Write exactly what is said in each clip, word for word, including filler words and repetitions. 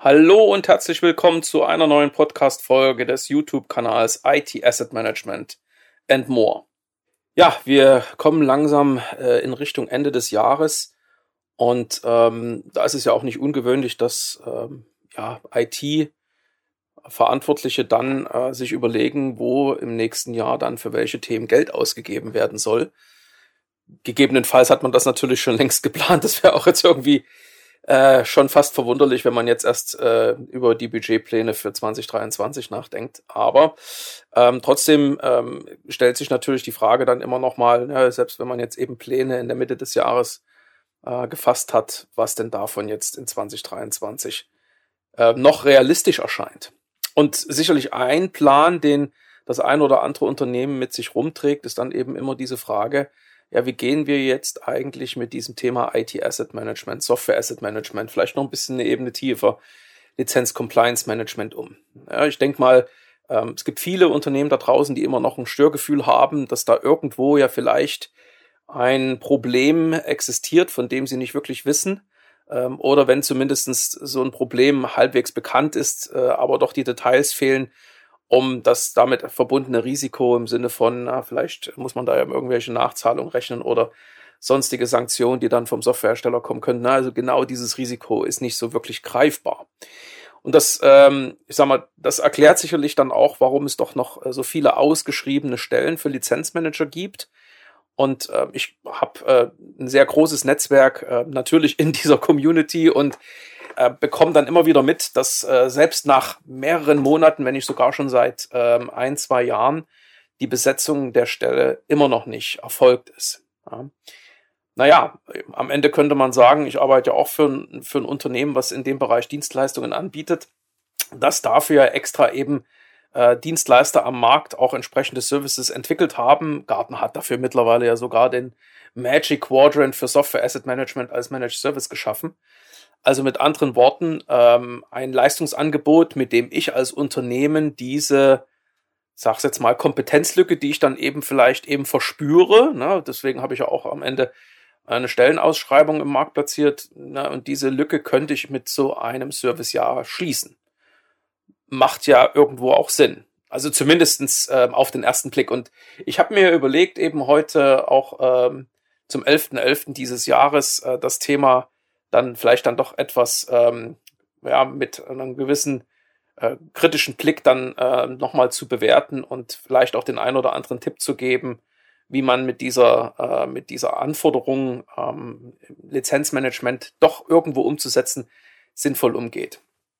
Hallo und herzlich willkommen zu einer neuen Podcast-Folge des YouTube-Kanals I T Asset Management and More. Ja, wir kommen langsam äh, in Richtung Ende des Jahres und ähm, da ist es ja auch nicht ungewöhnlich, dass ähm, ja, I T-Verantwortliche dann äh, sich überlegen, wo im nächsten Jahr dann für welche Themen Geld ausgegeben werden soll. Gegebenenfalls hat man das natürlich schon längst geplant. Das wäre auch jetzt irgendwie Äh, schon fast verwunderlich, wenn man jetzt erst äh, über die Budgetpläne für zwanzig dreiundzwanzig nachdenkt. Aber ähm, trotzdem ähm, stellt sich natürlich die Frage dann immer noch mal, ja, selbst wenn man jetzt eben Pläne in der Mitte des Jahres äh, gefasst hat, was denn davon jetzt in zwanzig dreiundzwanzig äh, noch realistisch erscheint. Und sicherlich ein Plan, den das ein oder andere Unternehmen mit sich rumträgt, ist dann eben immer diese Frage, ja, wie gehen wir jetzt eigentlich mit diesem Thema I T Asset Management, Software Asset Management, vielleicht noch ein bisschen eine Ebene tiefer, Lizenz Compliance Management um? Ja, ich denke mal, ähm, es gibt viele Unternehmen da draußen, die immer noch ein Störgefühl haben, dass da irgendwo ja vielleicht ein Problem existiert, von dem sie nicht wirklich wissen. Ähm, oder wenn zumindest so ein Problem halbwegs bekannt ist, äh, aber doch die Details fehlen, um das damit verbundene Risiko im Sinne von, na, vielleicht muss man da ja irgendwelche Nachzahlungen rechnen oder sonstige Sanktionen, die dann vom Softwarehersteller kommen können. Na, also genau dieses Risiko ist nicht so wirklich greifbar. Und das, ähm, ich sag mal, das erklärt sicherlich dann auch, warum es doch noch äh, so viele ausgeschriebene Stellen für Lizenzmanager gibt. Und äh, ich habe äh, ein sehr großes Netzwerk äh, natürlich in dieser Community und äh, bekomme dann immer wieder mit, dass äh, selbst nach mehreren Monaten, wenn nicht sogar schon seit ähm, ein, zwei Jahren, die Besetzung der Stelle immer noch nicht erfolgt ist. Ja. Naja, am Ende könnte man sagen, ich arbeite ja auch für ein, für ein Unternehmen, was in dem Bereich Dienstleistungen anbietet, das dafür extra eben äh, Dienstleister am Markt auch entsprechende Services entwickelt haben. Gartner hat dafür mittlerweile ja sogar den Magic Quadrant für Software Asset Management als Managed Service geschaffen. Also mit anderen Worten, ähm, ein Leistungsangebot, mit dem ich als Unternehmen diese, sag's jetzt mal, Kompetenzlücke, die ich dann eben vielleicht eben verspüre, ne, deswegen habe ich ja auch am Ende eine Stellenausschreibung im Markt platziert, ne, und diese Lücke könnte ich mit so einem Servicejahr schließen. Macht ja irgendwo auch Sinn. Also zumindestens äh, auf den ersten Blick. Und ich habe mir überlegt, eben heute auch ähm, zum elften elften dieses Jahres äh, das Thema dann vielleicht dann doch etwas ähm, ja, mit einem gewissen äh, kritischen Blick dann äh, nochmal zu bewerten und vielleicht auch den einen oder anderen Tipp zu geben, wie man mit dieser, äh, mit dieser Anforderung, ähm, Lizenzmanagement doch irgendwo umzusetzen, sinnvoll umgeht.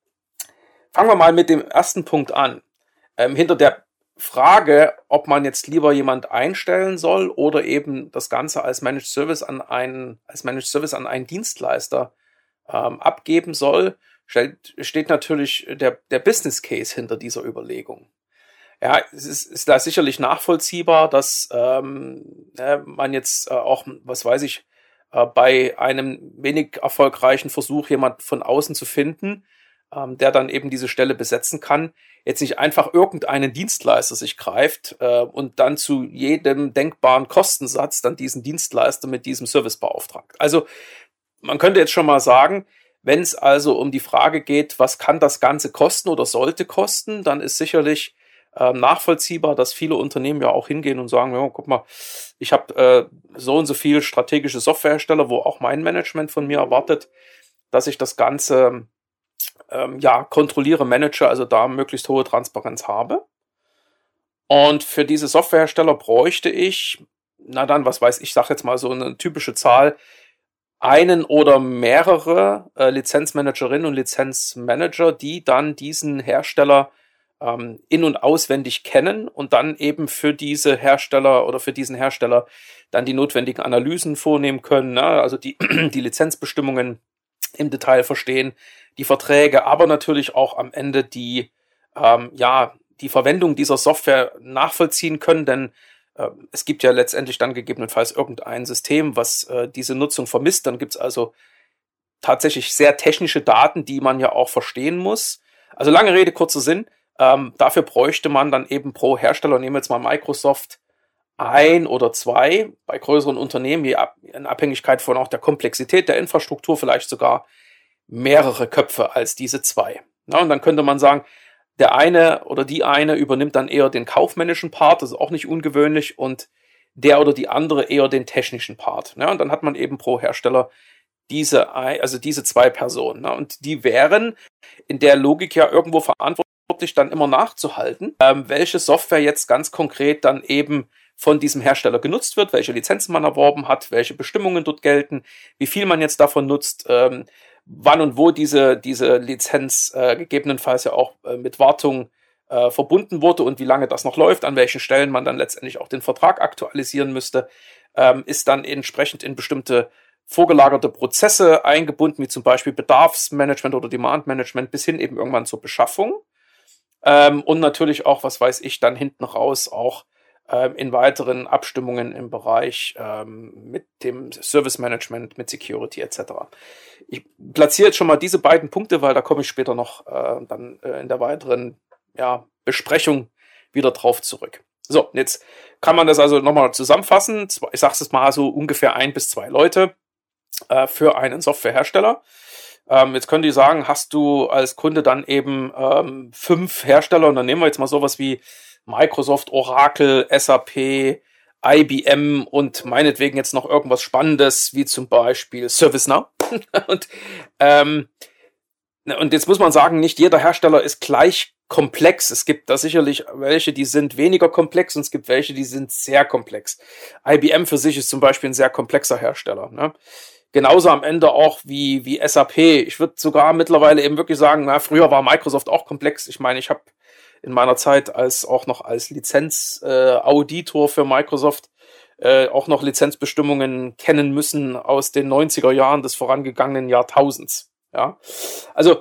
Fangen wir mal mit dem ersten Punkt an. Ähm, hinter der Frage, ob man jetzt lieber jemand einstellen soll oder eben das Ganze als Managed Service an einen, als Managed Service an einen Dienstleister ähm, abgeben soll, stellt, steht natürlich der, der Business Case hinter dieser Überlegung. Ja, es ist, ist da sicherlich nachvollziehbar, dass ähm, ja, man jetzt äh, auch, was weiß ich, äh, bei einem wenig erfolgreichen Versuch, jemand von außen zu finden, ähm, der dann eben diese Stelle besetzen kann, jetzt nicht einfach irgendeinen Dienstleister sich greift äh, und dann zu jedem denkbaren Kostensatz dann diesen Dienstleister mit diesem Service beauftragt. Also man könnte jetzt schon mal sagen, wenn es also um die Frage geht, was kann das Ganze kosten oder sollte kosten, dann ist sicherlich äh, nachvollziehbar, dass viele Unternehmen ja auch hingehen und sagen, ja, guck mal, ich habe äh, so und so viel strategische Softwarehersteller, wo auch mein Management von mir erwartet, dass ich das Ganze ähm, ja kontrolliere, manage, also da möglichst hohe Transparenz habe. Und für diese Softwarehersteller bräuchte ich, na dann, was weiß ich, sage jetzt mal so eine typische Zahl, einen oder mehrere äh, Lizenzmanagerinnen und Lizenzmanager, die dann diesen Hersteller ähm, in- und auswendig kennen und dann eben für diese Hersteller oder für diesen Hersteller dann die notwendigen Analysen vornehmen können, ne? Also die, die Lizenzbestimmungen im Detail verstehen, die Verträge, aber natürlich auch am Ende die, ähm, ja, die Verwendung dieser Software nachvollziehen können, denn äh, es gibt ja letztendlich dann gegebenenfalls irgendein System, was äh, diese Nutzung vermisst. Dann gibt es also tatsächlich sehr technische Daten, die man ja auch verstehen muss. Also lange Rede, kurzer Sinn. Ähm, dafür bräuchte man dann eben pro Hersteller, nehmen wir jetzt mal Microsoft, ein oder zwei, bei größeren Unternehmen, je ab, in Abhängigkeit von auch der Komplexität der Infrastruktur vielleicht sogar mehrere Köpfe als diese zwei. Ja, und dann könnte man sagen, der eine oder die eine übernimmt dann eher den kaufmännischen Part, das ist auch nicht ungewöhnlich, und der oder die andere eher den technischen Part. Ja, und dann hat man eben pro Hersteller diese, also diese zwei Personen. Ja, und die wären in der Logik ja irgendwo verantwortlich, dann immer nachzuhalten, ähm, welche Software jetzt ganz konkret dann eben von diesem Hersteller genutzt wird, welche Lizenzen man erworben hat, welche Bestimmungen dort gelten, wie viel man jetzt davon nutzt, ähm, wann und wo diese, diese Lizenz äh, gegebenenfalls ja auch äh, mit Wartung äh, verbunden wurde und wie lange das noch läuft, an welchen Stellen man dann letztendlich auch den Vertrag aktualisieren müsste, ähm, ist dann entsprechend in bestimmte vorgelagerte Prozesse eingebunden, wie zum Beispiel Bedarfsmanagement oder Demandmanagement bis hin eben irgendwann zur Beschaffung. Ähm, und natürlich auch, was weiß ich, dann hinten raus auch ähm, in weiteren Abstimmungen im Bereich ähm, mit dem Service Management, mit Security et cetera. Ich platziere jetzt schon mal diese beiden Punkte, weil da komme ich später noch äh, dann äh, in der weiteren ja, Besprechung wieder drauf zurück. So, jetzt kann man das also nochmal zusammenfassen. Ich sage es mal so ungefähr ein bis zwei Leute äh, für einen Softwarehersteller. Ähm, jetzt können die sagen, hast du als Kunde dann eben ähm, fünf Hersteller, und dann nehmen wir jetzt mal sowas wie Microsoft, Oracle, S A P, I B M und meinetwegen jetzt noch irgendwas Spannendes, wie zum Beispiel ServiceNow. und, ähm, und jetzt muss man sagen, nicht jeder Hersteller ist gleich komplex. Es gibt da sicherlich welche, die sind weniger komplex, und es gibt welche, die sind sehr komplex. I B M für sich ist zum Beispiel ein sehr komplexer Hersteller, ne? Genauso am Ende auch wie, wie S A P. Ich würde sogar mittlerweile eben wirklich sagen, na, früher war Microsoft auch komplex. Ich meine, ich habe in meiner Zeit als auch noch als Lizenzauditor äh, für Microsoft äh, auch noch Lizenzbestimmungen kennen müssen aus den neunziger Jahren des vorangegangenen Jahrtausends. Ja, also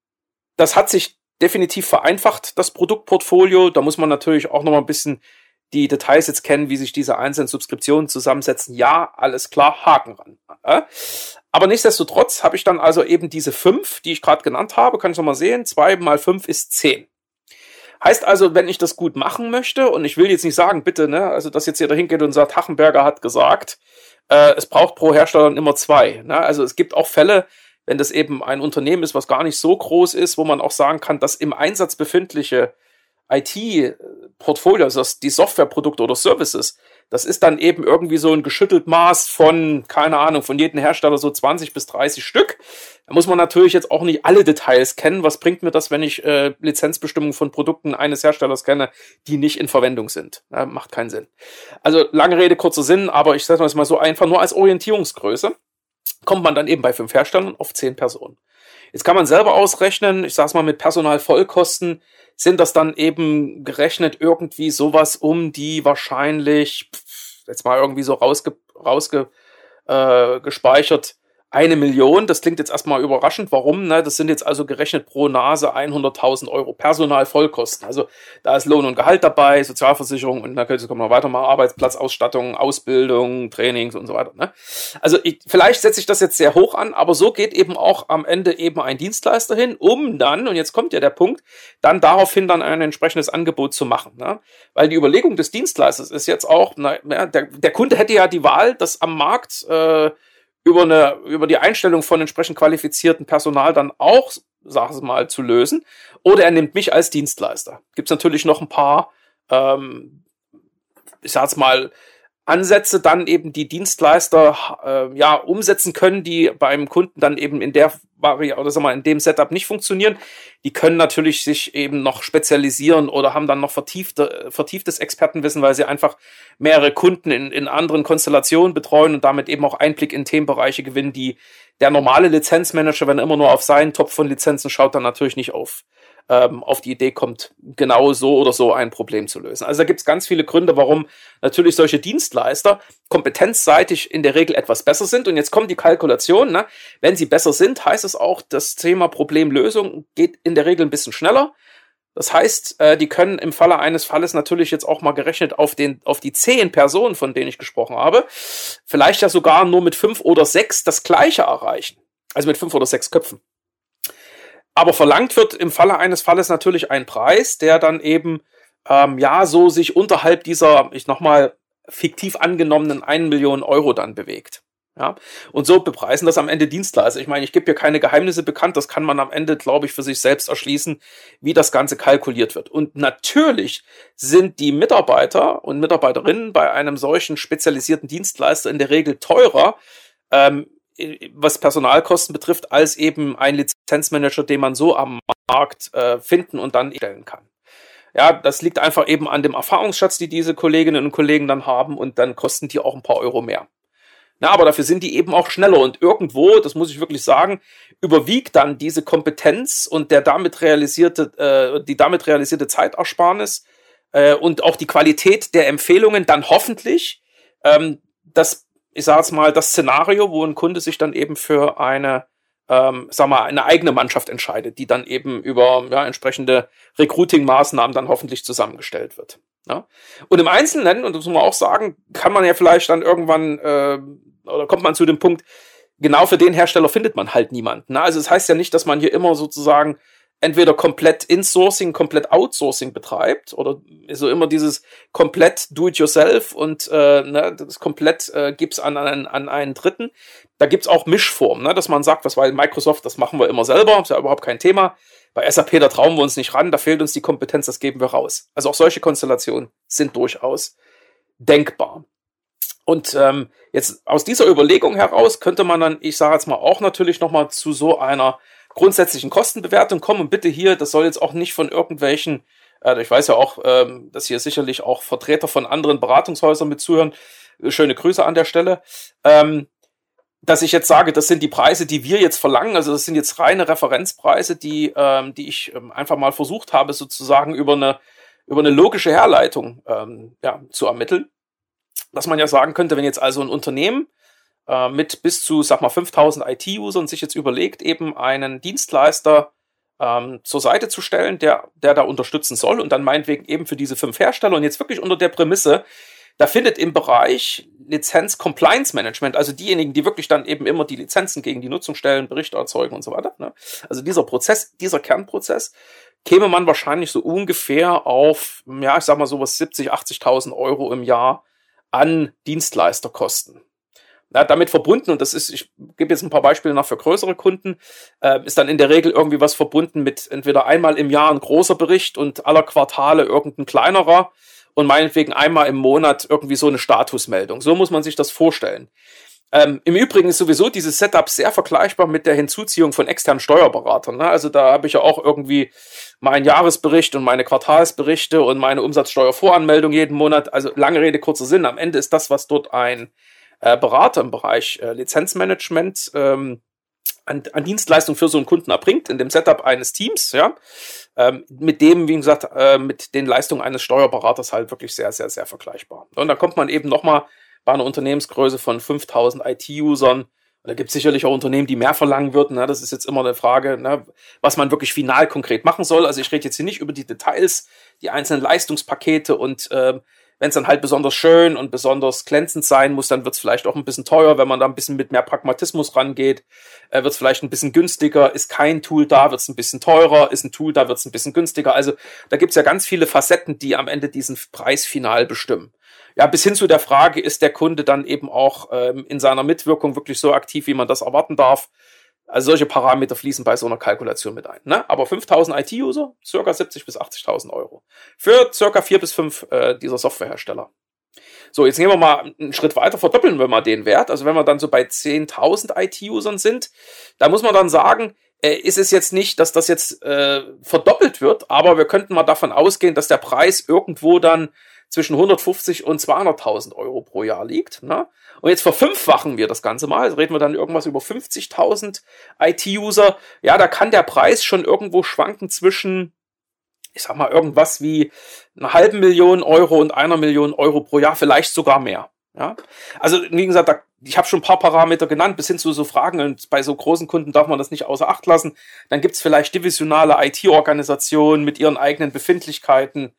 das hat sich definitiv vereinfacht, das Produktportfolio. Da muss man natürlich auch noch mal ein bisschen die Details jetzt kennen, wie sich diese einzelnen Subskriptionen zusammensetzen. Ja, alles klar, Haken ran. Ja? Aber nichtsdestotrotz habe ich dann also eben diese fünf, die ich gerade genannt habe, kann ich noch mal sehen, zwei mal fünf ist zehn. Heißt also, wenn ich das gut machen möchte, und ich will jetzt nicht sagen, bitte, ne, also dass jetzt jeder hingeht und sagt, Hachenberger hat gesagt, äh, es braucht pro Hersteller immer zwei. Ne? Also es gibt auch Fälle, wenn das eben ein Unternehmen ist, was gar nicht so groß ist, wo man auch sagen kann, dass im Einsatz befindliche I T-Portfolio, also die Softwareprodukte oder Services, das ist dann eben irgendwie so ein geschüttelt Maß von, keine Ahnung, von jedem Hersteller so zwanzig bis dreißig Stück. Da muss man natürlich jetzt auch nicht alle Details kennen. Was bringt mir das, wenn ich äh, Lizenzbestimmungen von Produkten eines Herstellers kenne, die nicht in Verwendung sind? Ja, macht keinen Sinn. Also lange Rede, kurzer Sinn, aber ich sage mal so einfach nur als Orientierungsgröße kommt man dann eben bei fünf Herstellern auf zehn Personen. Jetzt kann man selber ausrechnen, ich sag's mal mit Personalvollkosten, sind das dann eben gerechnet irgendwie sowas um die wahrscheinlich, jetzt mal irgendwie so rausge, rausge, äh, gespeichert, eine Million. Das klingt jetzt erstmal überraschend. Warum? Ne? Das sind jetzt also gerechnet pro Nase hunderttausend Euro Personalvollkosten. Also da ist Lohn und Gehalt dabei, Sozialversicherung und dann können wir weitermachen, Arbeitsplatzausstattung, Ausbildung, Trainings und so weiter. Ne? Also ich, vielleicht setze ich das jetzt sehr hoch an, aber so geht eben auch am Ende eben ein Dienstleister hin, um dann, und jetzt kommt ja der Punkt, dann daraufhin dann ein entsprechendes Angebot zu machen. Ne? Weil die Überlegung des Dienstleisters ist jetzt auch, na, der, der Kunde hätte ja die Wahl, das am Markt äh, über eine, über die Einstellung von entsprechend qualifizierten Personal dann auch, sag ich mal, zu lösen. Oder er nimmt mich als Dienstleister. Gibt's natürlich noch ein paar, ähm, ich sag's mal, Ansätze dann eben die Dienstleister äh, ja umsetzen können, die beim Kunden dann eben in der Variante oder sag mal in dem Setup nicht funktionieren. Die können natürlich sich eben noch spezialisieren oder haben dann noch vertiefte, vertieftes Expertenwissen, weil sie einfach mehrere Kunden in, in anderen Konstellationen betreuen und damit eben auch Einblick in Themenbereiche gewinnen, die der normale Lizenzmanager, wenn er immer nur auf seinen Topf von Lizenzen schaut, dann natürlich nicht auf ähm, auf die Idee kommt, genau so oder so ein Problem zu lösen. Also da gibt es ganz viele Gründe, warum natürlich solche Dienstleister kompetenzseitig in der Regel etwas besser sind. Und jetzt kommt die Kalkulation, ne? Wenn sie besser sind, heißt es auch, das Thema Problemlösung geht in der Regel ein bisschen schneller. Das heißt, äh, die können im Falle eines Falles natürlich jetzt auch mal gerechnet auf den, auf die zehn Personen, von denen ich gesprochen habe, vielleicht ja sogar nur mit fünf oder sechs das Gleiche erreichen. Also mit fünf oder sechs Köpfen. Aber verlangt wird im Falle eines Falles natürlich ein Preis, der dann eben, ähm, ja, so sich unterhalb dieser, ich nochmal, fiktiv angenommenen eine Million Euro dann bewegt. Ja, und so bepreisen das am Ende Dienstleister. Ich meine, ich gebe hier keine Geheimnisse bekannt, das kann man am Ende, glaube ich, für sich selbst erschließen, wie das Ganze kalkuliert wird. Und natürlich sind die Mitarbeiter und Mitarbeiterinnen bei einem solchen spezialisierten Dienstleister in der Regel teurer, ähm, was Personalkosten betrifft, als eben ein Lizenzmanager, den man so am Markt äh, finden und dann stellen kann. Ja, das liegt einfach eben an dem Erfahrungsschatz, die diese Kolleginnen und Kollegen dann haben, und dann kosten die auch ein paar Euro mehr. Na, aber dafür sind die eben auch schneller, und irgendwo, das muss ich wirklich sagen, überwiegt dann diese Kompetenz und der damit realisierte, äh, die damit realisierte Zeitersparnis äh, und auch die Qualität der Empfehlungen dann hoffentlich, ähm, das, ich sage jetzt mal, das Szenario, wo ein Kunde sich dann eben für eine, ähm, sag mal, eine eigene Mannschaft entscheidet, die dann eben über ja, entsprechende Recruiting-Maßnahmen dann hoffentlich zusammengestellt wird. Ja? Und im Einzelnen, und das muss man auch sagen, kann man ja vielleicht dann irgendwann, äh, oder kommt man zu dem Punkt, genau für den Hersteller findet man halt niemanden. Ne? Also es das heißt ja nicht, dass man hier immer sozusagen entweder komplett Insourcing, komplett Outsourcing betreibt, oder so immer dieses komplett Do-it-yourself und äh, ne, das komplett äh, gibt's an, an, an einen Dritten. Da gibt's auch Mischformen, ne? Dass man sagt, was war Microsoft, das machen wir immer selber, ist ja überhaupt kein Thema. Bei S A P, da trauen wir uns nicht ran, da fehlt uns die Kompetenz, das geben wir raus. Also auch solche Konstellationen sind durchaus denkbar. Und ähm, jetzt aus dieser Überlegung heraus könnte man dann, ich sage jetzt mal, auch natürlich nochmal zu so einer grundsätzlichen Kostenbewertung kommen. Und bitte hier, das soll jetzt auch nicht von irgendwelchen, äh, ich weiß ja auch, ähm, dass hier sicherlich auch Vertreter von anderen Beratungshäusern mit zuhören. Schöne Grüße an der Stelle. Ähm, dass ich jetzt sage, das sind die Preise, die wir jetzt verlangen. Also das sind jetzt reine Referenzpreise, die, ähm, die ich ähm, einfach mal versucht habe, sozusagen über eine, über eine logische Herleitung ähm, ja, zu ermitteln. Dass man ja sagen könnte, wenn jetzt also ein Unternehmen äh, mit bis zu, sag mal, fünftausend I T-Usern sich jetzt überlegt, eben einen Dienstleister ähm, zur Seite zu stellen, der, der da unterstützen soll, und dann meinetwegen eben für diese fünf Hersteller, und jetzt wirklich unter der Prämisse, da findet im Bereich Lizenz-Compliance-Management, also diejenigen, die wirklich dann eben immer die Lizenzen gegen die Nutzung stellen, Berichte erzeugen und so weiter, ne? Also dieser Prozess, dieser Kernprozess, käme man wahrscheinlich so ungefähr auf, ja, ich sag mal sowas siebzig, achtzigtausend Euro im Jahr an Dienstleisterkosten. Ja, damit verbunden, und das ist, ich gebe jetzt ein paar Beispiele noch für größere Kunden, äh, ist dann in der Regel irgendwie was verbunden mit entweder einmal im Jahr ein großer Bericht und aller Quartale irgendein kleinerer und meinetwegen einmal im Monat irgendwie so eine Statusmeldung. So muss man sich das vorstellen. Ähm, Im Übrigen ist sowieso dieses Setup sehr vergleichbar mit der Hinzuziehung von externen Steuerberatern. Ne? Also da habe ich ja auch irgendwie meinen Jahresbericht und meine Quartalsberichte und meine Umsatzsteuervoranmeldung jeden Monat. Also lange Rede, kurzer Sinn. Am Ende ist das, was dort ein äh, Berater im Bereich äh, Lizenzmanagement ähm, an, an Dienstleistung für so einen Kunden erbringt, in dem Setup eines Teams, ja, ähm, mit dem, wie gesagt, äh, mit den Leistungen eines Steuerberaters halt wirklich sehr, sehr, sehr vergleichbar. Und dann kommt man eben nochmal bei einer Unternehmensgröße von fünftausend I T-Usern. Da gibt es sicherlich auch Unternehmen, die mehr verlangen würden. Ne? Das ist jetzt immer eine Frage, ne, was man wirklich final konkret machen soll. Also ich rede jetzt hier nicht über die Details, die einzelnen Leistungspakete, und äh, wenn es dann halt besonders schön und besonders glänzend sein muss, dann wird es vielleicht auch ein bisschen teuer. Wenn man da ein bisschen mit mehr Pragmatismus rangeht, äh, wird es vielleicht ein bisschen günstiger. Ist kein Tool da, wird es ein bisschen teurer. Ist ein Tool da, wird es ein bisschen günstiger. Also da gibt es ja ganz viele Facetten, die am Ende diesen Preis final bestimmen. Ja, bis hin zu der Frage, ist der Kunde dann eben auch ähm, in seiner Mitwirkung wirklich so aktiv, wie man das erwarten darf? Also solche Parameter fließen bei so einer Kalkulation mit ein. Ne? Aber fünftausend I T-User, circa siebzig bis achtzigtausend Euro. Für circa vier bis fünf äh, dieser Softwarehersteller. So, jetzt gehen wir mal einen Schritt weiter, verdoppeln wir mal den Wert. Also wenn wir dann so bei zehntausend I T-Usern sind, da muss man dann sagen, äh, ist es jetzt nicht, dass das jetzt äh, verdoppelt wird, aber wir könnten mal davon ausgehen, dass der Preis irgendwo dann zwischen hundertfünfzig und zweihunderttausend Euro pro Jahr liegt. Ne? Und jetzt verfünffachen wir das Ganze mal. Also reden wir dann irgendwas über fünfzigtausend I T-User. Ja, da kann der Preis schon irgendwo schwanken zwischen, ich sag mal, irgendwas wie einer halben Million Euro und einer Million Euro pro Jahr, vielleicht sogar mehr. Ja? Also wie gesagt, da, ich habe schon ein paar Parameter genannt, bis hin zu so Fragen, und bei so großen Kunden darf man das nicht außer Acht lassen. Dann gibt's vielleicht divisionale I T-Organisationen mit ihren eigenen Befindlichkeiten.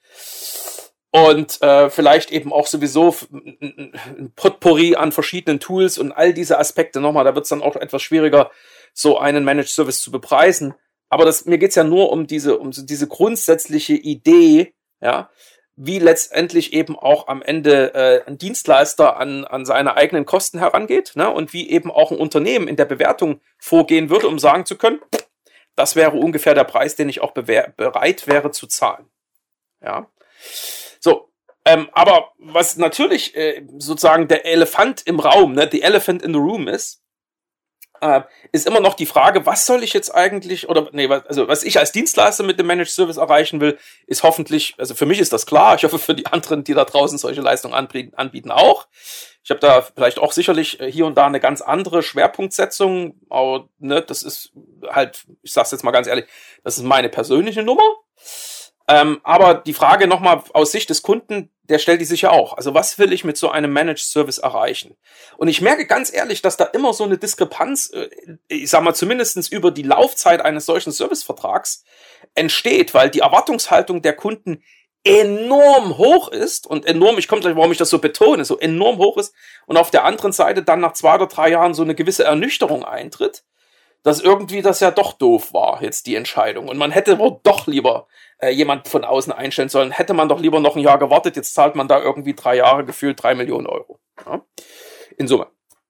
Und äh, vielleicht eben auch sowieso ein Potpourri an verschiedenen Tools und all diese Aspekte nochmal. Da wird es dann auch etwas schwieriger, so einen Managed Service zu bepreisen. Aber das, mir geht's ja nur um diese, um diese grundsätzliche Idee, ja, wie letztendlich eben auch am Ende äh, ein Dienstleister an, an seine eigenen Kosten herangeht, ne? Und wie eben auch ein Unternehmen in der Bewertung vorgehen würde, um sagen zu können, das wäre ungefähr der Preis, den ich auch bewer- bereit wäre zu zahlen. Ja, so. Ähm, aber was natürlich äh, sozusagen der Elefant im Raum, ne, the elephant in the room ist, äh, ist immer noch die Frage, was soll ich jetzt eigentlich, oder nee, was, also was ich als Dienstleister mit dem Managed Service erreichen will, ist hoffentlich, also für mich ist das klar, ich hoffe für die anderen, die da draußen solche Leistungen anbieten, anbieten auch. Ich habe da vielleicht auch sicherlich hier und da eine ganz andere Schwerpunktsetzung, aber ne, das ist halt, ich sag's jetzt mal ganz ehrlich, das ist meine persönliche Nummer. Ähm, aber die Frage nochmal aus Sicht des Kunden, der stellt die sich ja auch. Also was will ich mit so einem Managed Service erreichen? Und ich merke ganz ehrlich, dass da immer so eine Diskrepanz, ich sag mal zumindestens über die Laufzeit eines solchen Servicevertrags entsteht, weil die Erwartungshaltung der Kunden enorm hoch ist und enorm, ich komme gleich, warum ich das so betone, so enorm hoch ist und auf der anderen Seite dann nach zwei oder drei Jahren so eine gewisse Ernüchterung eintritt, dass irgendwie das ja doch doof war, jetzt die Entscheidung. Und man hätte wohl doch lieber äh, jemand von außen einstellen sollen. Hätte man doch lieber noch ein Jahr gewartet, jetzt zahlt man da irgendwie drei Jahre gefühlt drei Millionen Euro. Ja? In Summe.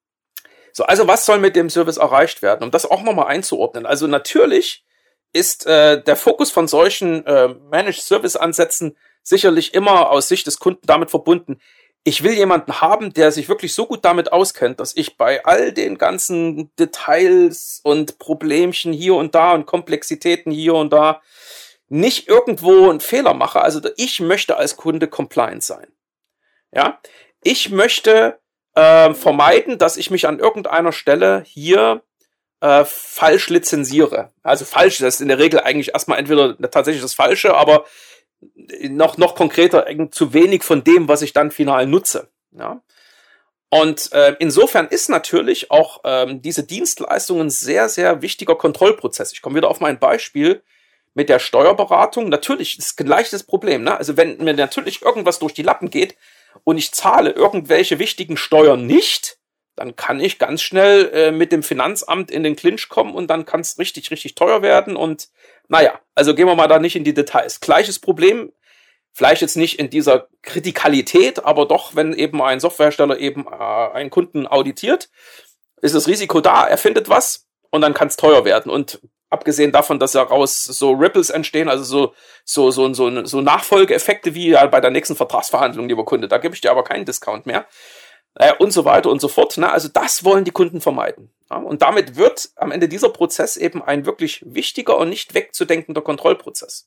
So, also was soll mit dem Service erreicht werden? Um das auch nochmal einzuordnen. Also natürlich ist äh, der Fokus von solchen äh, Managed Service Ansätzen sicherlich immer aus Sicht des Kunden damit verbunden, ich will jemanden haben, der sich wirklich so gut damit auskennt, dass ich bei all den ganzen Details und Problemchen hier und da und Komplexitäten hier und da nicht irgendwo einen Fehler mache. Also ich möchte als Kunde compliant sein. Ja, ich möchte äh, vermeiden, dass ich mich an irgendeiner Stelle hier äh, falsch lizenziere. Also falsch, das ist in der Regel eigentlich erstmal entweder tatsächlich das Falsche, aber noch noch konkreter, zu wenig von dem, was ich dann final nutze. Ja? Und äh, insofern ist natürlich auch ähm, diese Dienstleistung ein sehr, sehr wichtiger Kontrollprozess. Ich komme wieder auf mein Beispiel mit der Steuerberatung. Natürlich ist gleich das Problem. Ne? Also wenn mir natürlich irgendwas durch die Lappen geht und ich zahle irgendwelche wichtigen Steuern nicht, dann kann ich ganz schnell äh, mit dem Finanzamt in den Clinch kommen und dann kann es richtig, richtig teuer werden. Und naja, also gehen wir mal da nicht in die Details. Gleiches Problem, vielleicht jetzt nicht in dieser Kritikalität, aber doch, wenn eben ein Softwarehersteller eben äh, einen Kunden auditiert, ist das Risiko da, er findet was und dann kann es teuer werden. Und abgesehen davon, dass daraus so Ripples entstehen, also so so so so, so Nachfolgeeffekte wie ja bei der nächsten Vertragsverhandlung, lieber Kunde, da gebe ich dir aber keinen Discount mehr. Äh, und so weiter und so fort. Ne? Also das wollen die Kunden vermeiden. Ja? Und damit wird am Ende dieser Prozess eben ein wirklich wichtiger und nicht wegzudenkender Kontrollprozess.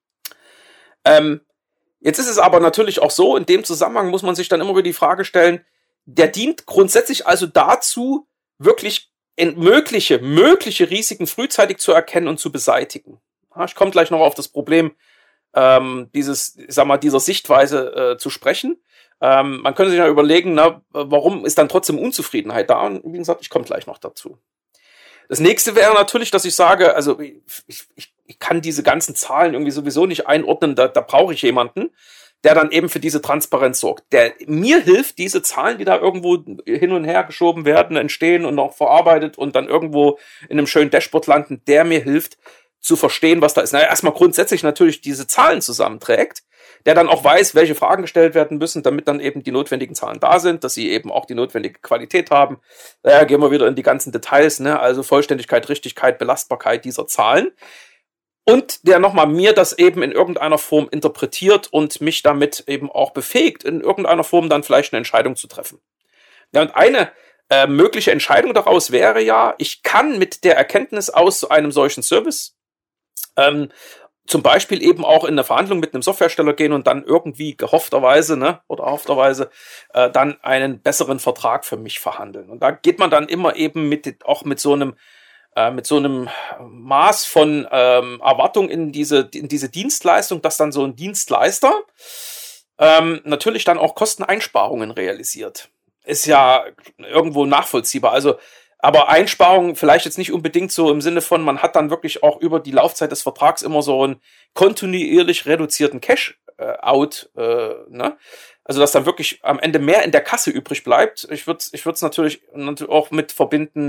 Ähm, jetzt ist es aber natürlich auch so, in dem Zusammenhang muss man sich dann immer wieder die Frage stellen, der dient grundsätzlich also dazu, wirklich mögliche, mögliche Risiken frühzeitig zu erkennen und zu beseitigen. Ja, ich komme gleich noch auf das Problem ähm, dieses, ich sag mal, dieser Sichtweise äh, zu sprechen. Ähm, man könnte sich ja überlegen, na, warum ist dann trotzdem Unzufriedenheit da? Und wie gesagt, ich komme gleich noch dazu. Das nächste wäre natürlich, dass ich sage, also ich, ich, ich kann diese ganzen Zahlen irgendwie sowieso nicht einordnen, da, da brauche ich jemanden, der dann eben für diese Transparenz sorgt, der mir hilft, diese Zahlen, die da irgendwo hin und her geschoben werden, entstehen und auch verarbeitet und dann irgendwo in einem schönen Dashboard landen, der mir hilft, zu verstehen, was da ist. Naja, erstmal grundsätzlich natürlich diese Zahlen zusammenträgt, der dann auch weiß, welche Fragen gestellt werden müssen, damit dann eben die notwendigen Zahlen da sind, dass sie eben auch die notwendige Qualität haben. Naja, gehen wir wieder in die ganzen Details, ne? Also Vollständigkeit, Richtigkeit, Belastbarkeit dieser Zahlen. Und der nochmal mir das eben in irgendeiner Form interpretiert und mich damit eben auch befähigt, in irgendeiner Form dann vielleicht eine Entscheidung zu treffen. Ja, und eine äh, mögliche Entscheidung daraus wäre ja, ich kann mit der Erkenntnis aus einem solchen Service ähm, zum Beispiel eben auch in eine Verhandlung mit einem Softwarehersteller gehen und dann irgendwie gehoffterweise, ne, oder erhoffterweise äh, dann einen besseren Vertrag für mich verhandeln. Und da geht man dann immer eben mit auch mit so einem äh, mit so einem Maß von ähm, Erwartung in diese in diese Dienstleistung, dass dann so ein Dienstleister ähm, natürlich dann auch Kosteneinsparungen realisiert. Ist ja irgendwo nachvollziehbar. Also aber Einsparungen vielleicht jetzt nicht unbedingt so im Sinne von, man hat dann wirklich auch über die Laufzeit des Vertrags immer so einen kontinuierlich reduzierten Cash-Out, äh, ne? Also dass dann wirklich am Ende mehr in der Kasse übrig bleibt. Ich würde ich würde es natürlich, natürlich auch mit verbinden,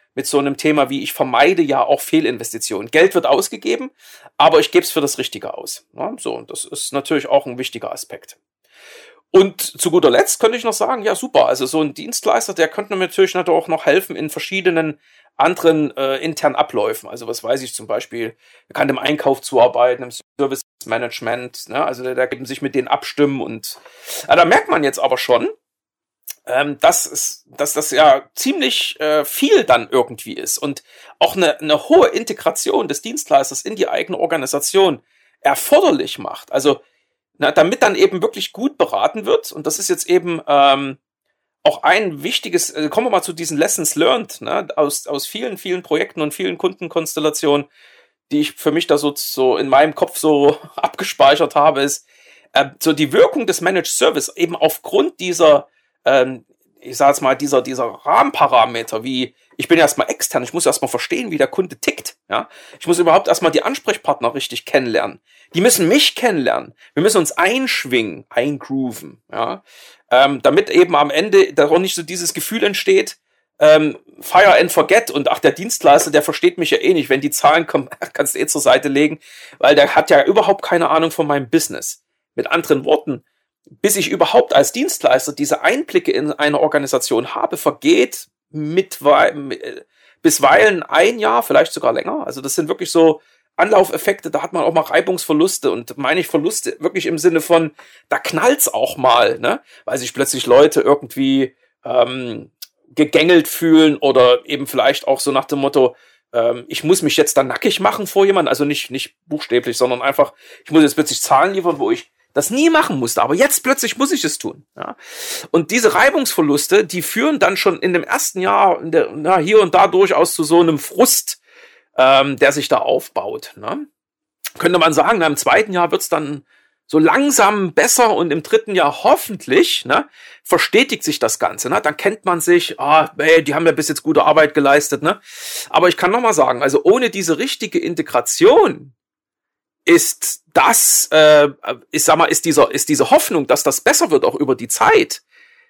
mit so einem Thema wie, ich vermeide ja auch Fehlinvestitionen. Geld wird ausgegeben, aber ich gebe es für das Richtige aus. Ja, so, das ist natürlich auch ein wichtiger Aspekt. Und zu guter Letzt könnte ich noch sagen, ja super, also so ein Dienstleister, der könnte mir natürlich auch noch helfen in verschiedenen anderen äh, internen Abläufen. Also was weiß ich zum Beispiel, er kann im Einkauf zuarbeiten, im Service Management, ne? Also der, der eben sich mit denen abstimmen und ja, da merkt man jetzt aber schon, ähm, dass, es, dass das ja ziemlich äh, viel dann irgendwie ist und auch eine, eine hohe Integration des Dienstleisters in die eigene Organisation erforderlich macht. Also na, damit dann eben wirklich gut beraten wird. Und das ist jetzt eben ähm, auch ein wichtiges, äh, kommen wir mal zu diesen Lessons learned, ne, aus, aus vielen, vielen Projekten und vielen Kundenkonstellationen, die ich für mich da so, so in meinem Kopf so abgespeichert habe, ist äh, so die Wirkung des Managed Service eben aufgrund dieser, ähm, ich sage jetzt mal, dieser, dieser Rahmenparameter, wie ich bin erstmal extern, ich muss erstmal verstehen, wie der Kunde tickt. Ja? Ich muss überhaupt erstmal die Ansprechpartner richtig kennenlernen. Die müssen mich kennenlernen. Wir müssen uns einschwingen, eingrooven, ja? ähm, damit eben am Ende da auch nicht so dieses Gefühl entsteht, ähm, fire and forget und ach, der Dienstleister, der versteht mich ja eh nicht. Wenn die Zahlen kommen, kannst du eh zur Seite legen, weil der hat ja überhaupt keine Ahnung von meinem Business. Mit anderen Worten, bis ich überhaupt als Dienstleister diese Einblicke in eine Organisation habe, vergeht mit, bisweilen ein Jahr, vielleicht sogar länger. Also das sind wirklich so Anlaufeffekte, da hat man auch mal Reibungsverluste und meine ich Verluste wirklich im Sinne von, da knallt's auch mal, ne, weil sich plötzlich Leute irgendwie ähm, gegängelt fühlen oder eben vielleicht auch so nach dem Motto, ähm, ich muss mich jetzt da nackig machen vor jemandem, also nicht nicht buchstäblich, sondern einfach, ich muss jetzt plötzlich Zahlen liefern, wo ich das nie machen musste, aber jetzt plötzlich muss ich es tun. Ja? Und diese Reibungsverluste, die führen dann schon in dem ersten Jahr in der, na, hier und da durchaus zu so einem Frust, ähm, der sich da aufbaut. Ne? Könnte man sagen, na, im zweiten Jahr wird's dann so langsam besser und im dritten Jahr hoffentlich, ne, verstetigt sich das Ganze. Ne? Dann kennt man sich, ah, ey, die haben ja bis jetzt gute Arbeit geleistet. Ne? Aber ich kann noch mal sagen, also ohne diese richtige Integration ist das, äh, ich sag mal, ist dieser, ist diese Hoffnung, dass das besser wird, auch über die Zeit,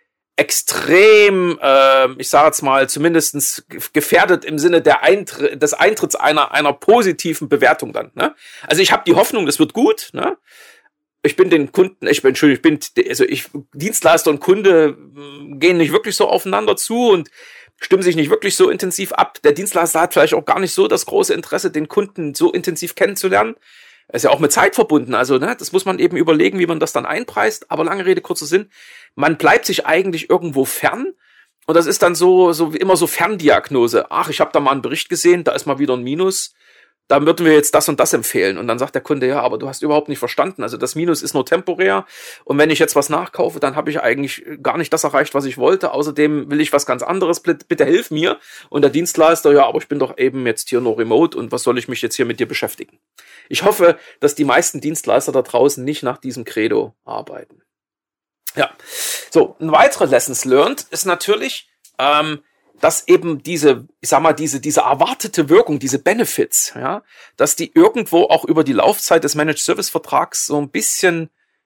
extrem, äh, ich sage jetzt mal, zumindestens gefährdet im Sinne der Eintr- des Eintritts einer, einer positiven Bewertung dann. Ne? Also ich habe die Hoffnung, das wird gut. Ne? Ich bin den Kunden, ich bin, Entschuldigung, ich bin, also ich, Dienstleister und Kunde gehen nicht wirklich so aufeinander zu und stimmen sich nicht wirklich so intensiv ab. Der Dienstleister hat vielleicht auch gar nicht so das große Interesse, den Kunden so intensiv kennenzulernen. Ist ja auch mit Zeit verbunden, also ne, das muss man eben überlegen, wie man das dann einpreist, aber lange Rede, kurzer Sinn, man bleibt sich eigentlich irgendwo fern und das ist dann so so immer so Ferndiagnose. Ach, ich habe da mal einen Bericht gesehen, da ist mal wieder ein Minus, da würden wir jetzt das und das empfehlen und dann sagt der Kunde, ja, aber du hast überhaupt nicht verstanden, also das Minus ist nur temporär und wenn ich jetzt was nachkaufe, dann habe ich eigentlich gar nicht das erreicht, was ich wollte, außerdem will ich was ganz anderes, bitte, bitte hilf mir und der Dienstleister, ja, aber ich bin doch eben jetzt hier nur remote und was soll ich mich jetzt hier mit dir beschäftigen? Ich hoffe, dass die meisten Dienstleister da draußen nicht nach diesem Credo arbeiten. Ja, so, ein weiterer Lessons learned ist natürlich, ähm, dass eben diese, ich sag mal, diese, diese erwartete Wirkung, diese Benefits, ja, dass die irgendwo auch über die Laufzeit des Managed Service Vertrags so ein bisschen,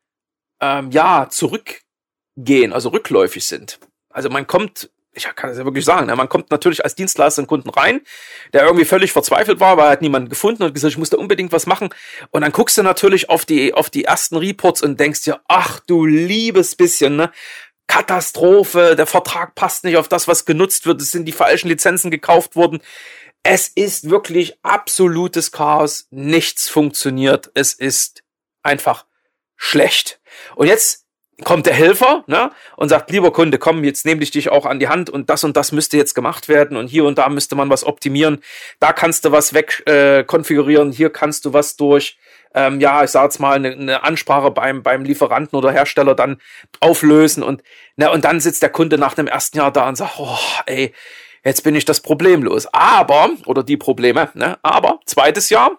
ähm, ja, zurückgehen, also rückläufig sind. Also man kommt, ich kann es ja wirklich sagen, man kommt natürlich als Dienstleister in Kunden rein, der irgendwie völlig verzweifelt war, weil er hat niemanden gefunden und gesagt, ich muss da unbedingt was machen. Und dann guckst du natürlich auf die, auf die ersten Reports und denkst dir, ach du liebes bisschen, ne? Katastrophe, der Vertrag passt nicht auf das, was genutzt wird, es sind die falschen Lizenzen gekauft worden. Es ist wirklich absolutes Chaos, nichts funktioniert, es ist einfach schlecht. Und jetzt kommt der Helfer, ne, und sagt, lieber Kunde, komm, jetzt nehme ich dich auch an die Hand und das und das müsste jetzt gemacht werden und hier und da müsste man was optimieren, da kannst du was weg äh, konfigurieren, hier kannst du was durch Ähm, ja, ich sag jetzt mal, eine, eine Ansprache beim beim Lieferanten oder Hersteller dann auflösen und ne, und dann sitzt der Kunde nach dem ersten Jahr da und sagt, oh, ey, jetzt bin ich das Problem los. Aber, oder die Probleme, ne, aber zweites Jahr,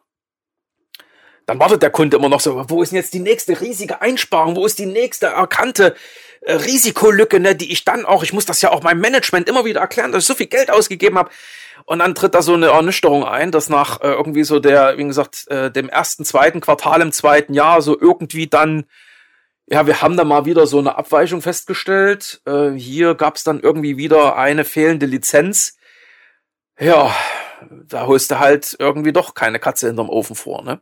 dann wartet der Kunde immer noch so, wo ist denn jetzt die nächste riesige Einsparung, wo ist die nächste erkannte äh, Risikolücke, ne, die ich dann auch, ich muss das ja auch meinem Management immer wieder erklären, dass ich so viel Geld ausgegeben habe. Und dann tritt da so eine Ernüchterung ein, dass nach äh, irgendwie so der, wie gesagt, äh, dem ersten, zweiten Quartal im zweiten Jahr so irgendwie dann, ja, wir haben da mal wieder so eine Abweichung festgestellt. Äh, hier gab es dann irgendwie wieder eine fehlende Lizenz. ja, da holst du halt irgendwie doch keine Katze hinterm Ofen vor, ne?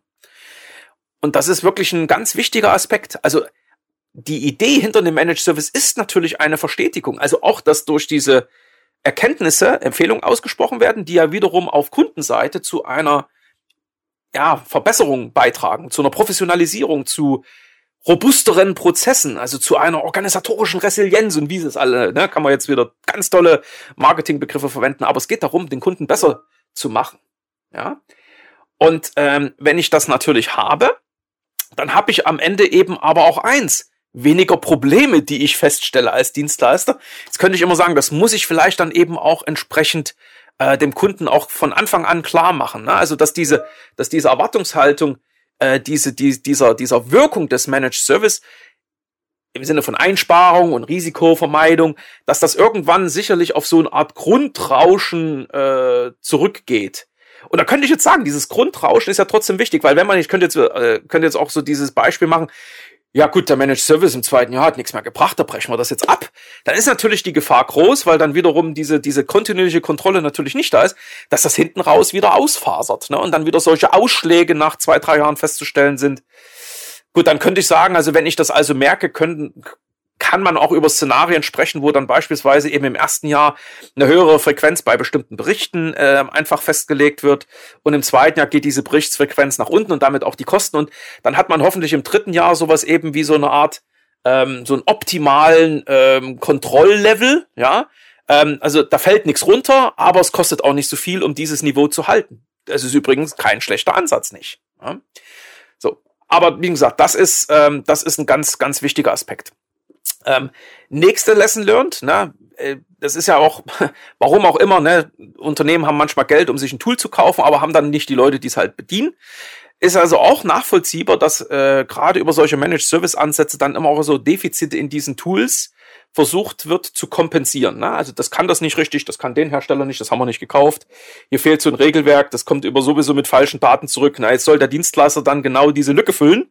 Und das ist wirklich ein ganz wichtiger Aspekt. Also die Idee hinter dem Managed Service ist natürlich eine Verstetigung. Also auch, dass durch diese Erkenntnisse Empfehlungen ausgesprochen werden, die ja wiederum auf Kundenseite zu einer ja, Verbesserung beitragen, zu einer Professionalisierung, zu robusteren Prozessen, also zu einer organisatorischen Resilienz und wie es alle, ne, kann man jetzt wieder ganz tolle Marketingbegriffe verwenden, aber es geht darum, den Kunden besser zu machen. Ja. Und ähm, wenn ich das natürlich habe, dann habe ich am Ende eben aber auch eins, weniger Probleme, die ich feststelle als Dienstleister. Jetzt könnte ich immer sagen, das muss ich vielleicht dann eben auch entsprechend äh, dem Kunden auch von Anfang an klar machen. Ne? Also dass diese, dass diese Erwartungshaltung, äh, diese, die, dieser, dieser Wirkung des Managed Service im Sinne von Einsparung und Risikovermeidung, dass das irgendwann sicherlich auf so eine Art Grundrauschen äh, zurückgeht. Und da könnte ich jetzt sagen, dieses Grundrauschen ist ja trotzdem wichtig, weil wenn man, ich könnte jetzt, äh, könnte jetzt auch so dieses Beispiel machen, ja gut, der Managed Service im zweiten Jahr hat nichts mehr gebracht, da brechen wir das jetzt ab. Dann ist natürlich die Gefahr groß, weil dann wiederum diese diese kontinuierliche Kontrolle natürlich nicht da ist, dass das hinten raus wieder ausfasert, ne? Und dann wieder solche Ausschläge nach zwei, drei Jahren festzustellen sind. Gut, dann könnte ich sagen, also wenn ich das also merke, können, kann man auch über Szenarien sprechen, wo dann beispielsweise eben im ersten Jahr eine höhere Frequenz bei bestimmten Berichten äh, einfach festgelegt wird und im zweiten Jahr geht diese Berichtsfrequenz nach unten und damit auch die Kosten und dann hat man hoffentlich im dritten Jahr sowas eben wie so eine Art, ähm, so einen optimalen ähm, Kontrolllevel, ja, ähm, also da fällt nichts runter, aber es kostet auch nicht so viel, um dieses Niveau zu halten. Das ist übrigens kein schlechter Ansatz, nicht. Ja? So, aber wie gesagt, das ist, ähm, das ist ein ganz, ganz wichtiger Aspekt. Ähm, nächste Lesson learned, ne, äh, das ist ja auch, warum auch immer, ne, Unternehmen haben manchmal Geld, um sich ein Tool zu kaufen, aber haben dann nicht die Leute, die es halt bedienen. Ist also auch nachvollziehbar, dass äh, gerade über solche Managed Service Ansätze dann immer auch so Defizite in diesen Tools versucht wird zu kompensieren. Ne? Also das kann das nicht richtig, das kann den Hersteller nicht, das haben wir nicht gekauft. Hier fehlt so ein Regelwerk, das kommt über sowieso mit falschen Daten zurück. Na, jetzt soll der Dienstleister dann genau diese Lücke füllen.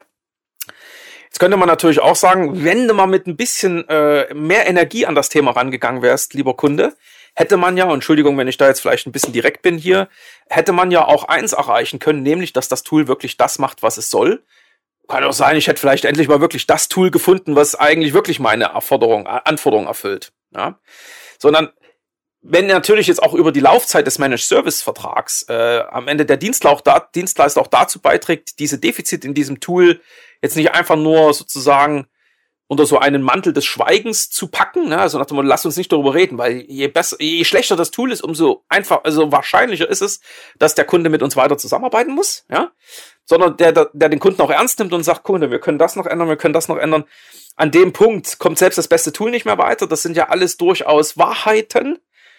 Jetzt könnte man natürlich auch sagen, wenn du mal mit ein bisschen äh, mehr Energie an das Thema rangegangen wärst, lieber Kunde, hätte man ja, und Entschuldigung, wenn ich da jetzt vielleicht ein bisschen direkt bin hier, hätte man ja auch eins erreichen können, nämlich, dass das Tool wirklich das macht, was es soll. Kann auch sein, ich hätte vielleicht endlich mal wirklich das Tool gefunden, was eigentlich wirklich meine Erforderung, Anforderung erfüllt. Ja? Sondern wenn natürlich jetzt auch über die Laufzeit des Managed Service Vertrags äh, am Ende der Dienstleister auch, da, Dienstleister auch dazu beiträgt, diese Defizite in diesem Tool jetzt nicht einfach nur sozusagen unter so einen Mantel des Schweigens zu packen, ne? Also nach dem Motto, lass uns nicht darüber reden, weil je besser, je schlechter das Tool ist, umso einfach, also wahrscheinlicher ist es, dass der Kunde mit uns weiter zusammenarbeiten muss, ja, sondern der, der, der den Kunden auch ernst nimmt und sagt, Kunde, wir können das noch ändern, wir können das noch ändern. An dem Punkt kommt selbst das beste Tool nicht mehr weiter. Das sind ja alles durchaus Wahrheiten,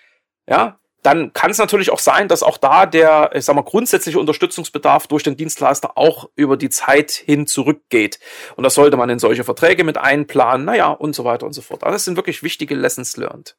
ja. Dann kann es natürlich auch sein, dass auch da der, ich sag mal, grundsätzliche Unterstützungsbedarf durch den Dienstleister auch über die Zeit hin zurückgeht. Und das sollte man in solche Verträge mit einplanen, naja, und so weiter und so fort. Aber das sind wirklich wichtige Lessons learned.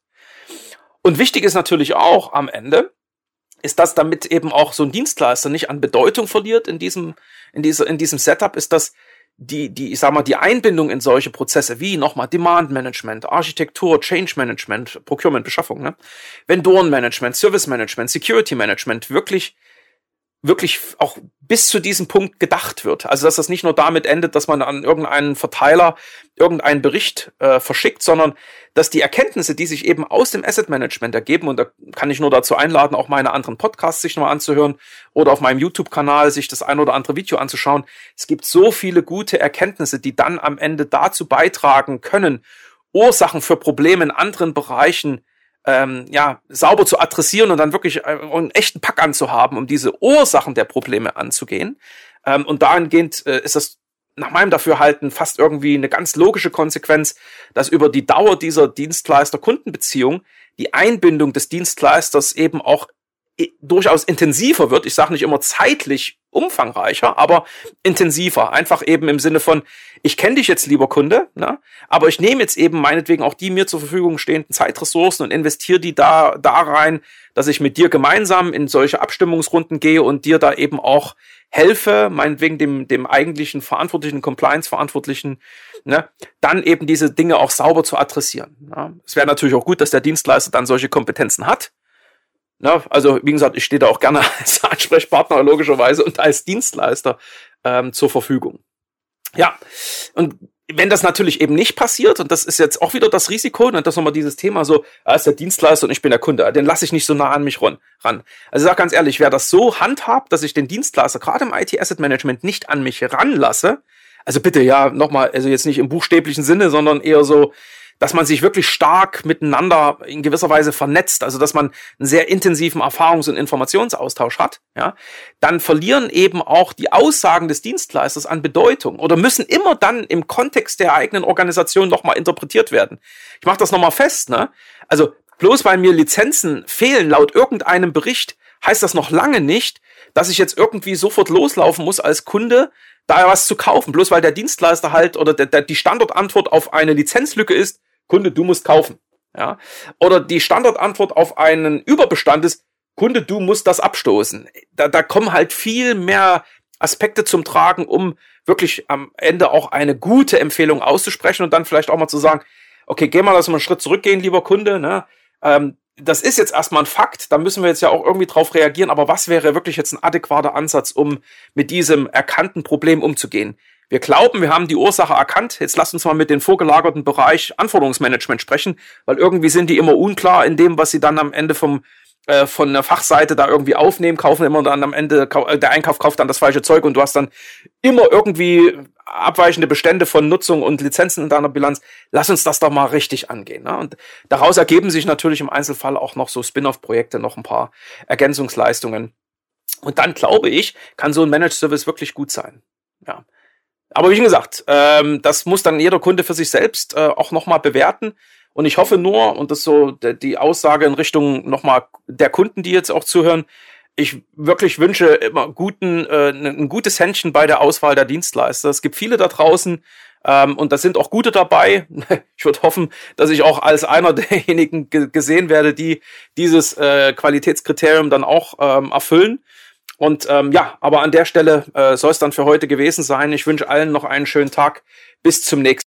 Und wichtig ist natürlich auch am Ende, ist, dass damit eben auch so ein Dienstleister nicht an Bedeutung verliert in diesem, in dieser, in diesem Setup, ist, dass die, die, ich sag mal, die Einbindung in solche Prozesse wie nochmal Demand Management, Architektur, Change Management, Procurement, Beschaffung, ne, Vendoren Management, Service Management, Security Management wirklich, wirklich auch bis zu diesem Punkt gedacht wird. Also, dass das nicht nur damit endet, dass man an irgendeinen Verteiler irgendeinen Bericht äh, verschickt, sondern dass die Erkenntnisse, die sich eben aus dem Asset Management ergeben, und da kann ich nur dazu einladen, auch meine anderen Podcasts sich nochmal anzuhören oder auf meinem YouTube-Kanal sich das ein oder andere Video anzuschauen. Es gibt so viele gute Erkenntnisse, die dann am Ende dazu beitragen können, Ursachen für Probleme in anderen Bereichen Ähm, ja, sauber zu adressieren und dann wirklich äh, einen echten Pack anzuhaben, um diese Ursachen der Probleme anzugehen. Ähm, und dahingehend äh, ist das nach meinem Dafürhalten fast irgendwie eine ganz logische Konsequenz, dass über die Dauer dieser Dienstleister-Kundenbeziehung die Einbindung des Dienstleisters eben auch durchaus intensiver wird. Ich sage nicht immer zeitlich umfangreicher, aber intensiver. Einfach eben im Sinne von, ich kenne dich jetzt, lieber Kunde, ne? Aber ich nehme jetzt eben meinetwegen auch die mir zur Verfügung stehenden Zeitressourcen und investiere die da, da rein, dass ich mit dir gemeinsam in solche Abstimmungsrunden gehe und dir da eben auch helfe, meinetwegen dem, dem eigentlichen Verantwortlichen, Compliance-Verantwortlichen, ne? Dann eben diese Dinge auch sauber zu adressieren. Ne? Es wäre natürlich auch gut, dass der Dienstleister dann solche Kompetenzen hat. Ne? Also wie gesagt, ich stehe da auch gerne als Ansprechpartner logischerweise und als Dienstleister ähm, zur Verfügung. Ja, und wenn das natürlich eben nicht passiert, und das ist jetzt auch wieder das Risiko, und das nochmal dieses Thema so, er ist der Dienstleister und ich bin der Kunde, den lasse ich nicht so nah an mich ran. Also ich sage ganz ehrlich, wer das so handhabt, dass ich den Dienstleister gerade im I T-Asset-Management nicht an mich ranlasse, also bitte ja nochmal, also jetzt nicht im buchstäblichen Sinne, sondern eher so, dass man sich wirklich stark miteinander in gewisser Weise vernetzt, also dass man einen sehr intensiven Erfahrungs- und Informationsaustausch hat, ja, dann verlieren eben auch die Aussagen des Dienstleisters an Bedeutung oder müssen immer dann im Kontext der eigenen Organisation nochmal interpretiert werden. Ich mache das nochmal fest, ne? Also bloß weil mir Lizenzen fehlen laut irgendeinem Bericht, heißt das noch lange nicht, dass ich jetzt irgendwie sofort loslaufen muss als Kunde, da was zu kaufen, bloß weil der Dienstleister halt oder der, der, die Standardantwort auf eine Lizenzlücke ist, Kunde, du musst kaufen. Ja? Oder die Standardantwort auf einen Überbestand ist, Kunde, du musst das abstoßen. Da, da kommen halt viel mehr Aspekte zum Tragen, um wirklich am Ende auch eine gute Empfehlung auszusprechen und dann vielleicht auch mal zu sagen, okay, geh mal, lass mal einen Schritt zurückgehen, lieber Kunde, ne? Ähm, das ist jetzt erstmal ein Fakt, da müssen wir jetzt ja auch irgendwie drauf reagieren, aber was wäre wirklich jetzt ein adäquater Ansatz, um mit diesem erkannten Problem umzugehen? Wir glauben, wir haben die Ursache erkannt, jetzt lasst uns mal mit dem vorgelagerten Bereich Anforderungsmanagement sprechen, weil irgendwie sind die immer unklar in dem, was sie dann am Ende vom äh, von der Fachseite da irgendwie aufnehmen, kaufen immer dann am Ende, der Einkauf kauft dann das falsche Zeug und du hast dann immer irgendwie abweichende Bestände von Nutzung und Lizenzen in deiner Bilanz. Lass uns das doch mal richtig angehen. Ne? Und daraus ergeben sich natürlich im Einzelfall auch noch so Spin-off-Projekte, noch ein paar Ergänzungsleistungen. Und dann, glaube ich, kann so ein Managed Service wirklich gut sein. Ja. Aber wie gesagt, ähm, das muss dann jeder Kunde für sich selbst äh, auch nochmal bewerten. Und ich hoffe nur, und das ist so die Aussage in Richtung nochmal der Kunden, die jetzt auch zuhören, ich wirklich wünsche immer guten, äh, ein gutes Händchen bei der Auswahl der Dienstleister. Es gibt viele da draußen ähm, und da sind auch gute dabei. Ich würde hoffen, dass ich auch als einer derjenigen ge- gesehen werde, die dieses äh, Qualitätskriterium dann auch ähm, erfüllen. Und ähm, ja, aber an der Stelle äh, soll es dann für heute gewesen sein. Ich wünsche allen noch einen schönen Tag. Bis zum nächsten Mal.